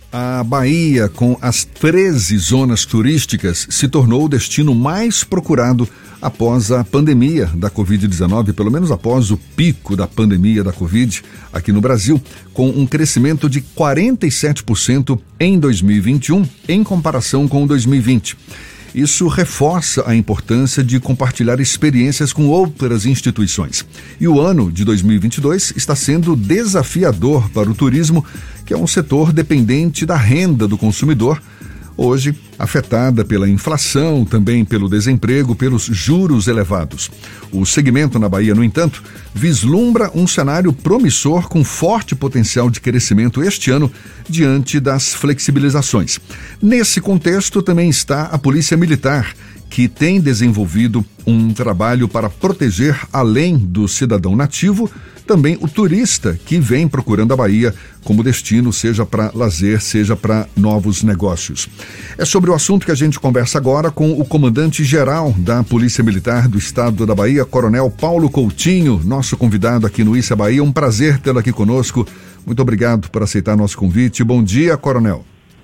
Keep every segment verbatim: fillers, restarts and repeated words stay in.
A Bahia, com as treze zonas turísticas, se tornou o destino mais procurado após a pandemia da covid dezenove, pelo menos após o pico da pandemia da Covid aqui no Brasil, com um crescimento de quarenta e sete por cento em dois mil e vinte e um, em comparação com dois mil e vinte. Isso reforça a importância de compartilhar experiências com outras instituições. E o ano de dois mil e vinte e dois está sendo desafiador para o turismo, que é um setor dependente da renda do consumidor, hoje afetada pela inflação, também pelo desemprego, pelos juros elevados. O segmento na Bahia, no entanto, vislumbra um cenário promissor com forte potencial de crescimento este ano diante das flexibilizações. Nesse contexto também está a Polícia Militar, que tem desenvolvido um trabalho para proteger, além do cidadão nativo, também o turista que vem procurando a Bahia como destino, seja para lazer, seja para novos negócios. É sobre o assunto que a gente conversa agora com o comandante-geral da Polícia Militar do Estado da Bahia, Coronel Paulo Coutinho, nosso convidado aqui no Issa Bahia. Um prazer tê-lo aqui conosco. Muito obrigado por aceitar nosso convite. Bom dia, Coronel.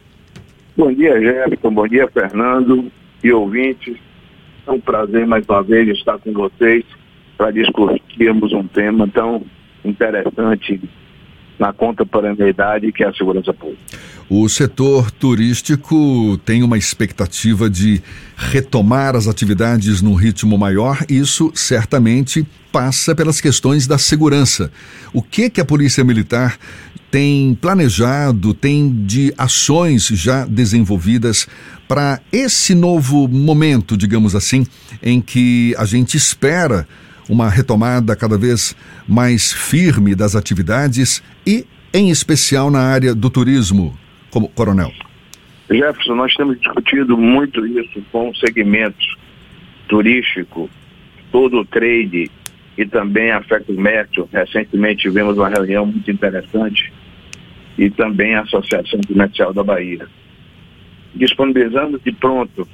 Bom dia, Jefferson. Bom dia, Fernando e ouvintes. É um prazer mais uma vez estar com vocês para discutirmos um tema tão interessante na contemporaneidade que é a segurança pública. O setor turístico tem uma expectativa de retomar as atividades num ritmo maior. Isso certamente passa pelas questões da segurança. O que que a Polícia Militar tem planejado, tem de ações já desenvolvidas para esse novo momento, digamos assim, em que a gente espera uma retomada cada vez mais firme das atividades e, em especial, na área do turismo, como coronel? Jefferson, nós temos discutido muito isso com o segmento turístico, todo o trade e também a FEComércio. Recentemente tivemos uma reunião muito interessante e também a Associação Comercial da Bahia. Disponibilizamos de pronto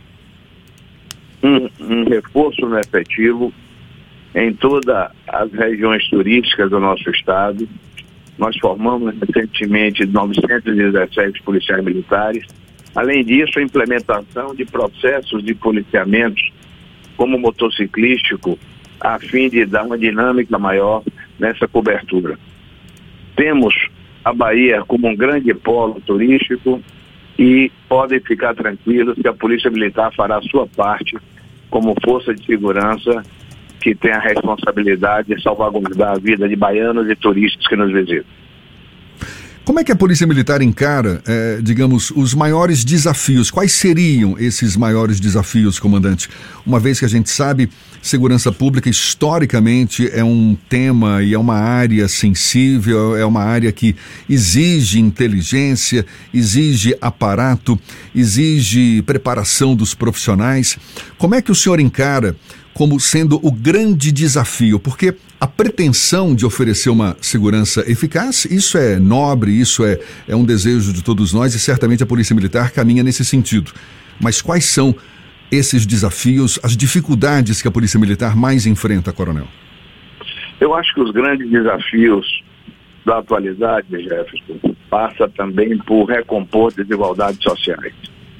um, um reforço no efetivo em todas as regiões turísticas do nosso estado. Nós formamos recentemente novecentos e dezessete policiais militares. Além disso, a implementação de processos de policiamento como motociclístico, a fim de dar uma dinâmica maior nessa cobertura. Temos a Bahia como um grande polo turístico e podem ficar tranquilos que a Polícia Militar fará a sua parte como força de segurança que tem a responsabilidade de salvaguardar a vida de baianos e turistas que nos visitam. Como é que a Polícia Militar encara, eh, digamos, os maiores desafios? Quais seriam esses maiores desafios, comandante? Uma vez que a gente sabe, segurança pública historicamente é um tema e é uma área sensível, é uma área que exige inteligência, exige aparato, exige preparação dos profissionais. Como é que o senhor encara como sendo o grande desafio? Porque a pretensão de oferecer uma segurança eficaz, isso é nobre, isso é, é um desejo de todos nós e certamente a Polícia Militar caminha nesse sentido. Mas quais são esses desafios, as dificuldades que a Polícia Militar mais enfrenta, coronel? Eu acho que os grandes desafios da atualidade, Jefferson, passa também por recompor desigualdades sociais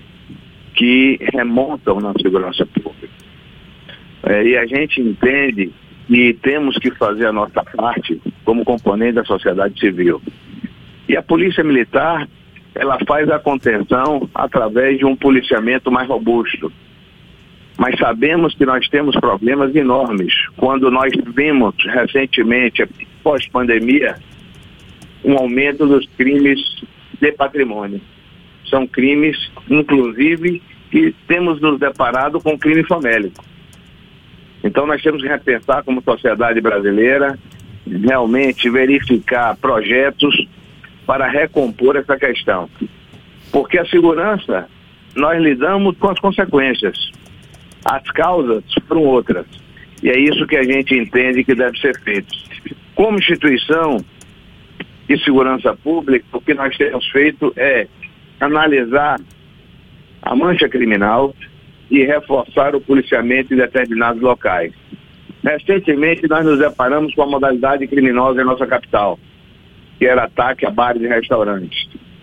que remontam na segurança pública. É, e a gente entende que temos que fazer a nossa parte como componente da sociedade civil. E a Polícia Militar, ela faz a contenção através de um policiamento mais robusto. Mas sabemos que nós temos problemas enormes. Quando nós vimos recentemente, pós-pandemia, um aumento dos crimes de patrimônio. São crimes, inclusive, que temos nos deparado com crime famélico. Então nós temos que repensar como sociedade brasileira, realmente verificar projetos para recompor essa questão. Porque a segurança, nós lidamos com as consequências. As causas foram outras. E é isso que a gente entende que deve ser feito. Como instituição de segurança pública, o que nós temos feito é analisar a mancha criminal e reforçar o policiamento em determinados locais. Recentemente, nós nos deparamos com a modalidade criminosa em nossa capital, que era ataque a bares e restaurantes.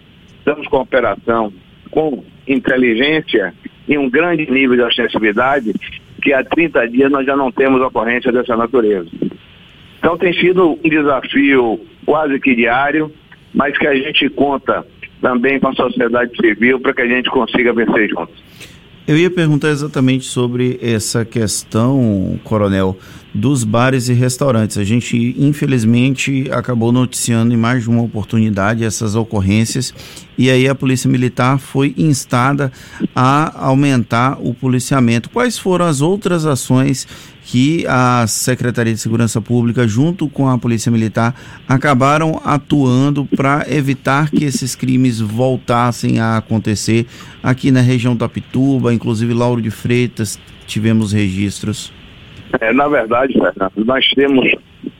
estamos com a operação com inteligência e um grande nível de ostensividade, que há trinta dias nós já não temos ocorrência dessa natureza. Então tem sido um desafio quase que diário, mas que a gente conta também com a sociedade civil para que a gente consiga vencer juntos. Eu ia perguntar exatamente sobre essa questão, coronel, dos bares e restaurantes. A gente, infelizmente, acabou noticiando em mais de uma oportunidade essas ocorrências, e aí a Polícia Militar foi instada a aumentar o policiamento. Quais foram as outras ações que a Secretaria de Segurança Pública, junto com a Polícia Militar, acabaram atuando para evitar que esses crimes voltassem a acontecer aqui na região da Pituba, inclusive Lauro de Freitas, tivemos registros? É, na verdade, Fernando, nós temos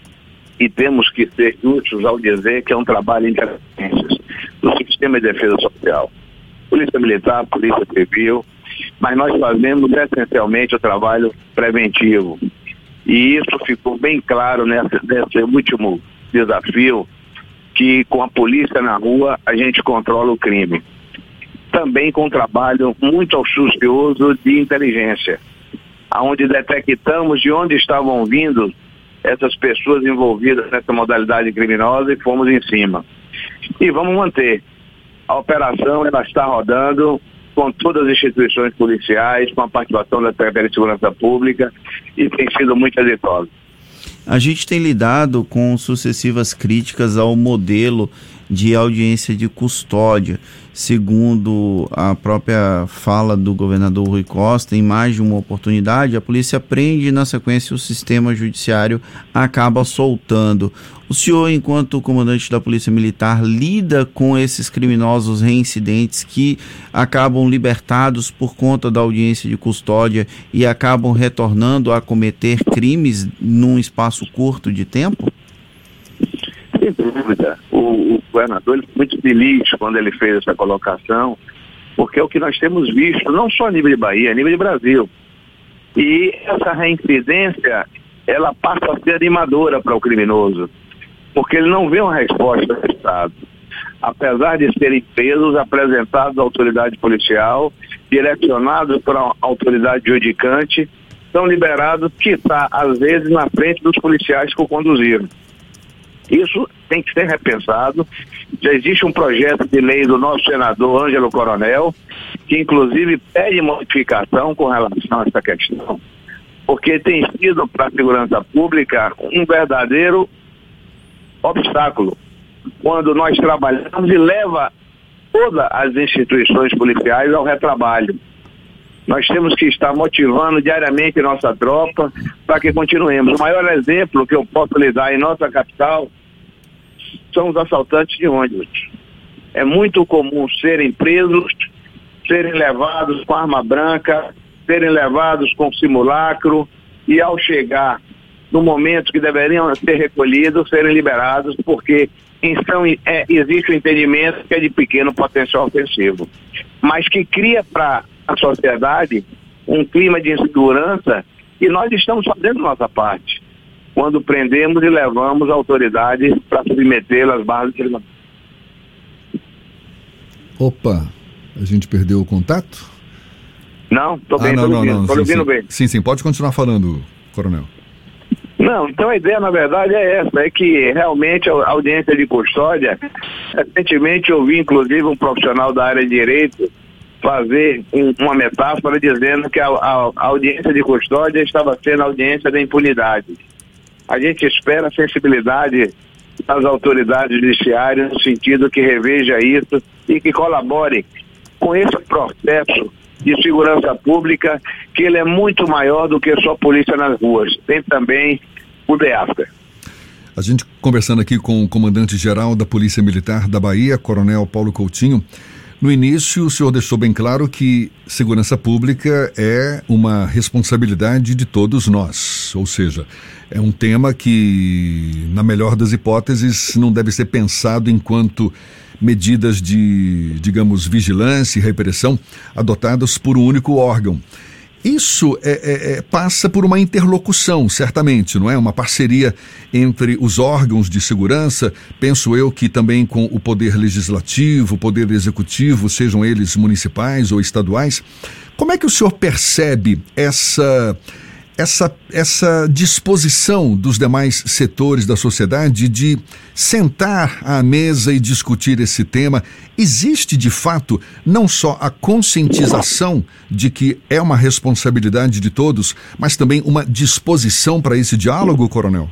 e temos que ser justos ao dizer que é um trabalho de inteligências do Sistema de Defesa Social. Polícia Militar, Polícia Civil, mas nós fazemos essencialmente o trabalho preventivo. E isso ficou bem claro nessa, nesse último desafio, que com a polícia na rua a gente controla o crime. Também com um trabalho muito astucioso de inteligência, onde detectamos de onde estavam vindo essas pessoas envolvidas nessa modalidade criminosa e fomos em cima. E vamos manter. A operação ela está rodando com todas as instituições policiais, com a participação da Secretaria de Segurança Pública, e tem sido muito exitosa. A gente tem lidado com sucessivas críticas ao modelo de audiência de custódia. Segundo a própria fala do governador Rui Costa, em mais de uma oportunidade, a polícia prende e, na sequência, o sistema judiciário acaba soltando. O senhor, enquanto comandante da Polícia Militar, lida com esses criminosos reincidentes que acabam libertados por conta da audiência de custódia e acabam retornando a cometer crimes num espaço curto de tempo? Sem dúvida. O, o governador ele foi muito feliz quando ele fez essa colocação, porque é o que nós temos visto, não só a nível de Bahia, a nível de Brasil. E essa reincidência, ela passa a ser animadora para o criminoso, porque ele não vê uma resposta do Estado. Apesar de serem presos, apresentados à autoridade policial, direcionados para a autoridade judicante, são liberados, que está, às vezes, na frente dos policiais que o conduziram. Isso tem que ser repensado. Já existe um projeto de lei do nosso senador Ângelo Coronel, que inclusive pede modificação com relação a essa questão, porque tem sido para a segurança pública um verdadeiro obstáculo quando nós trabalhamos e leva todas as instituições policiais ao retrabalho. Nós temos que estar motivando diariamente nossa tropa para que continuemos. O maior exemplo que eu posso lhe dar em nossa capital são os assaltantes de ônibus. É muito comum serem presos, serem levados com arma branca, serem levados com simulacro e, ao chegar no momento que deveriam ser recolhidos, serem liberados, porque então é, existe o um entendimento que é de pequeno potencial ofensivo, mas que cria para a sociedade um clima de insegurança, e nós estamos fazendo nossa parte quando prendemos e levamos a autoridade para submetê-las às barras de tribunal. Opa, a gente perdeu o contato? Não, estou bem, estou ah, ouvindo, estou ouvindo bem. Sim, sim, pode continuar falando, coronel. Não, então a ideia, na verdade, é essa, é que realmente a audiência de custódia, recentemente eu vi, inclusive, um profissional da área de direito fazer um, uma metáfora dizendo que a, a, a audiência de custódia estava sendo a audiência da impunidade. A gente espera a sensibilidade das autoridades judiciárias no sentido que reveja isso e que colabore com esse processo de segurança pública, que ele é muito maior do que só polícia nas ruas. Tem também o DEAFCA. A gente conversando aqui com o comandante-geral da Polícia Militar da Bahia, Coronel Paulo Coutinho. No início, o senhor deixou bem claro que segurança pública é uma responsabilidade de todos nós, ou seja, é um tema que, na melhor das hipóteses, não deve ser pensado enquanto medidas de, digamos, vigilância e repressão adotadas por um único órgão. isso é, é, é, passa por uma interlocução, certamente, não é? Uma parceria entre os órgãos de segurança, penso eu que também com o poder legislativo, o poder executivo, sejam eles municipais ou estaduais. Como é que o senhor percebe essa... Essa, essa disposição dos demais setores da sociedade de sentar à mesa e discutir esse tema? Existe, de fato, não só a conscientização de que é uma responsabilidade de todos, mas também uma disposição para esse diálogo, coronel?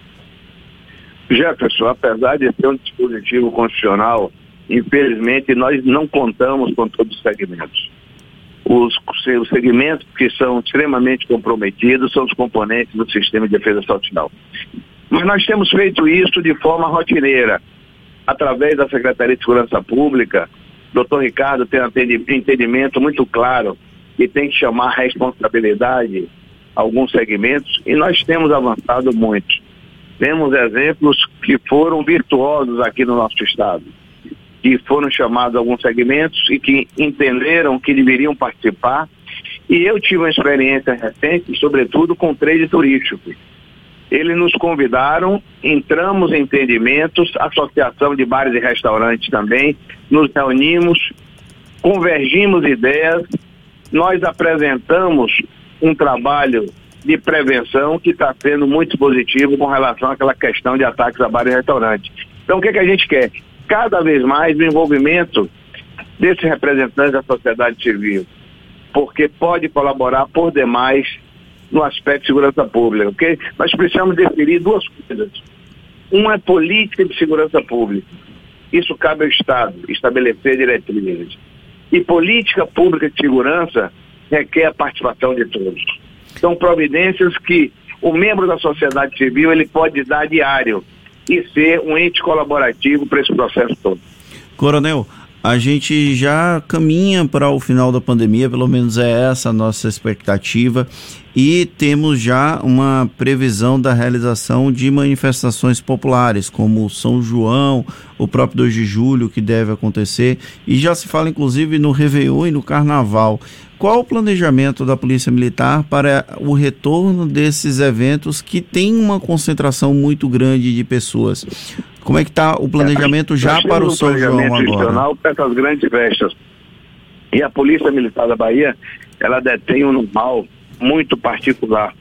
Jefferson, apesar de ter um dispositivo constitucional, infelizmente nós não contamos com todos os segmentos. Os, os segmentos que são extremamente comprometidos são os componentes do sistema de defesa social. Mas nós temos feito isso de forma rotineira, através da Secretaria de Segurança Pública. doutor Ricardo tem um entendimento muito claro que tem que chamar a responsabilidade alguns segmentos, e nós temos avançado muito. Temos exemplos que foram virtuosos aqui no nosso estado, que foram chamados alguns segmentos e que entenderam que deveriam participar. E eu tive uma experiência recente, sobretudo com o trade turístico. Eles nos convidaram, entramos em entendimentos, associação de bares e restaurantes também, nos reunimos, convergimos ideias, nós apresentamos um trabalho de prevenção que está sendo muito positivo com relação àquela questão de ataques a bares e restaurantes. Então o que, que a gente quer? Cada vez mais o envolvimento desses representantes da sociedade civil, porque pode colaborar por demais no aspecto de segurança pública, porque nós precisamos definir duas coisas. Uma é política de segurança pública. Isso cabe ao Estado, estabelecer diretrizes. E política pública de segurança requer a participação de todos. São providências que o membro da sociedade civil ele pode dar diário e ser um ente colaborativo para esse processo todo. Coronel, a gente já caminha para o final da pandemia, pelo menos é essa a nossa expectativa, e temos já uma previsão da realização de manifestações populares, como São João, o próprio dois de julho, que deve acontecer, e já se fala inclusive no Réveillon e no Carnaval. Qual o planejamento da Polícia Militar para o retorno desses eventos que tem uma concentração muito grande de pessoas? Como é que está o planejamento já para o São João agora? Planejamento institucional para essas grandes festas. E a Polícia Militar da Bahia, ela detém um know-how muito particular,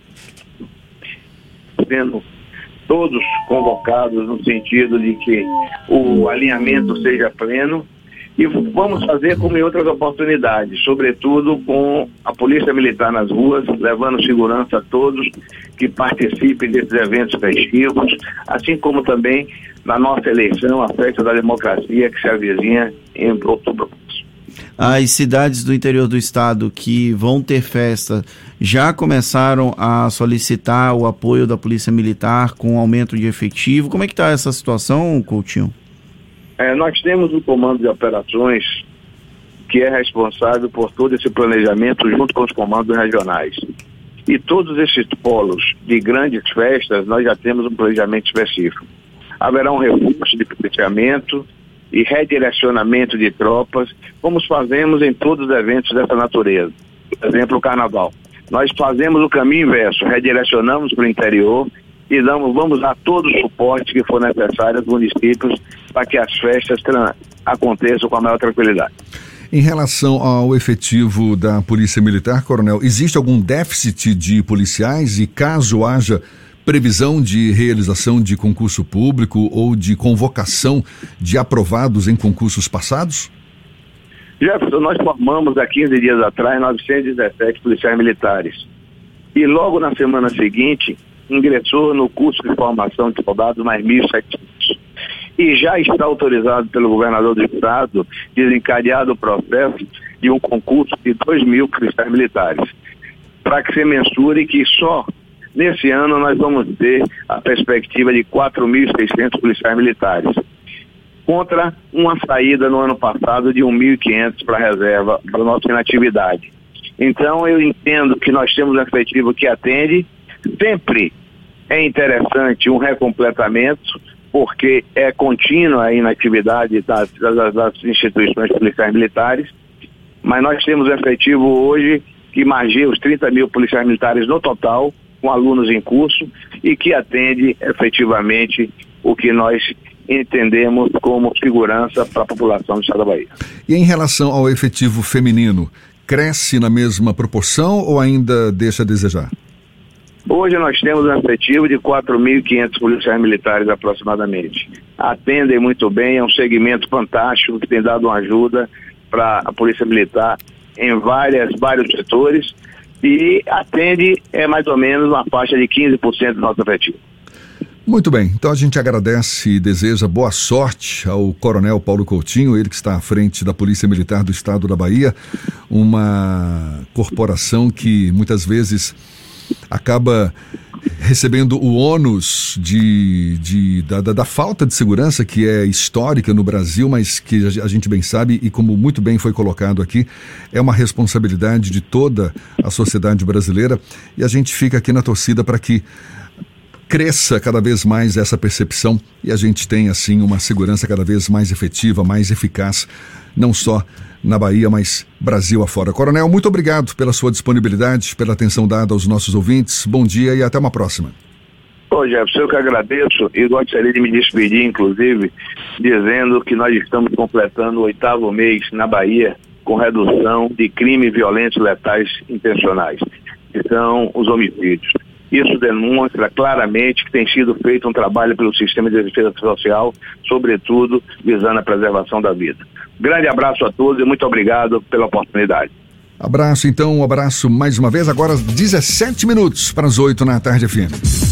sendo todos convocados no sentido de que o alinhamento seja pleno. E vamos fazer como em outras oportunidades, sobretudo com a Polícia Militar nas ruas, levando segurança a todos que participem desses eventos festivos, assim como também na nossa eleição, a festa da democracia que se avizinha em outubro. As cidades do interior do estado que vão ter festa já começaram a solicitar o apoio da Polícia Militar com aumento de efetivo. Como é que está essa situação, Coutinho? É, nós temos um comando de operações que é responsável por todo esse planejamento junto com os comandos regionais. E todos esses polos de grandes festas, nós já temos um planejamento específico. Haverá um reforço de policiamento e redirecionamento de tropas, como fazemos em todos os eventos dessa natureza. Por exemplo, o Carnaval. Nós fazemos o caminho inverso, redirecionamos para o interior e damos, vamos dar todo o suporte que for necessário aos municípios para que as festas aconteçam com a maior tranquilidade. Em relação ao efetivo da Polícia Militar, coronel, existe algum déficit de policiais e caso haja previsão de realização de concurso público ou de convocação de aprovados em concursos passados? Jefferson, nós formamos há quinze dias atrás novecentos e dezessete policiais militares e logo na semana seguinte ingressou no curso de formação de soldados mais mil e setecentos. E já está autorizado pelo governador do estado, desencadeado o processo de um concurso de dois mil policiais militares, para que se mensure que só nesse ano nós vamos ter a perspectiva de quatro mil e seiscentos policiais militares, contra uma saída no ano passado de mil e quinhentos para a reserva, para a nossa inatividade. Então eu entendo que nós temos um efetivo que atende. Sempre é interessante um recompletamento, porque é contínua a inatividade das, das, das instituições policiais militares, mas nós temos um efetivo hoje que margeia os trinta mil policiais militares no total, com alunos em curso, e que atende efetivamente o que nós entendemos como segurança para a população do estado da Bahia. E em relação ao efetivo feminino, cresce na mesma proporção ou ainda deixa a desejar? Hoje nós temos um efetivo de quatro mil e quinhentos policiais militares aproximadamente. Atendem muito bem, é um segmento fantástico que tem dado uma ajuda para a Polícia Militar em várias, vários setores e atende é, mais ou menos uma faixa de quinze por cento do nosso efetivo. Muito bem, então a gente agradece e deseja boa sorte ao Coronel Paulo Coutinho, ele que está à frente da Polícia Militar do Estado da Bahia, uma corporação que muitas vezes acaba recebendo o ônus de, de, da, da, da falta de segurança que é histórica no Brasil, mas que a gente bem sabe e como muito bem foi colocado aqui, é uma responsabilidade de toda a sociedade brasileira e a gente fica aqui na torcida para que cresça cada vez mais essa percepção e a gente tenha assim uma segurança cada vez mais efetiva, mais eficaz, não só na Bahia, mas Brasil afora. Coronel, muito obrigado pela sua disponibilidade, pela atenção dada aos nossos ouvintes. Bom dia e até uma próxima. Ô Jefferson, eu que agradeço e gostaria de me despedir, inclusive, dizendo que nós estamos completando o oitavo mês na Bahia com redução de crimes violentos letais intencionais, que são os homicídios. Isso demonstra claramente que tem sido feito um trabalho pelo sistema de defesa social, sobretudo visando a preservação da vida. Grande abraço a todos e muito obrigado pela oportunidade. Abraço então, um abraço mais uma vez, agora dezessete minutos para as oito na tarde F M.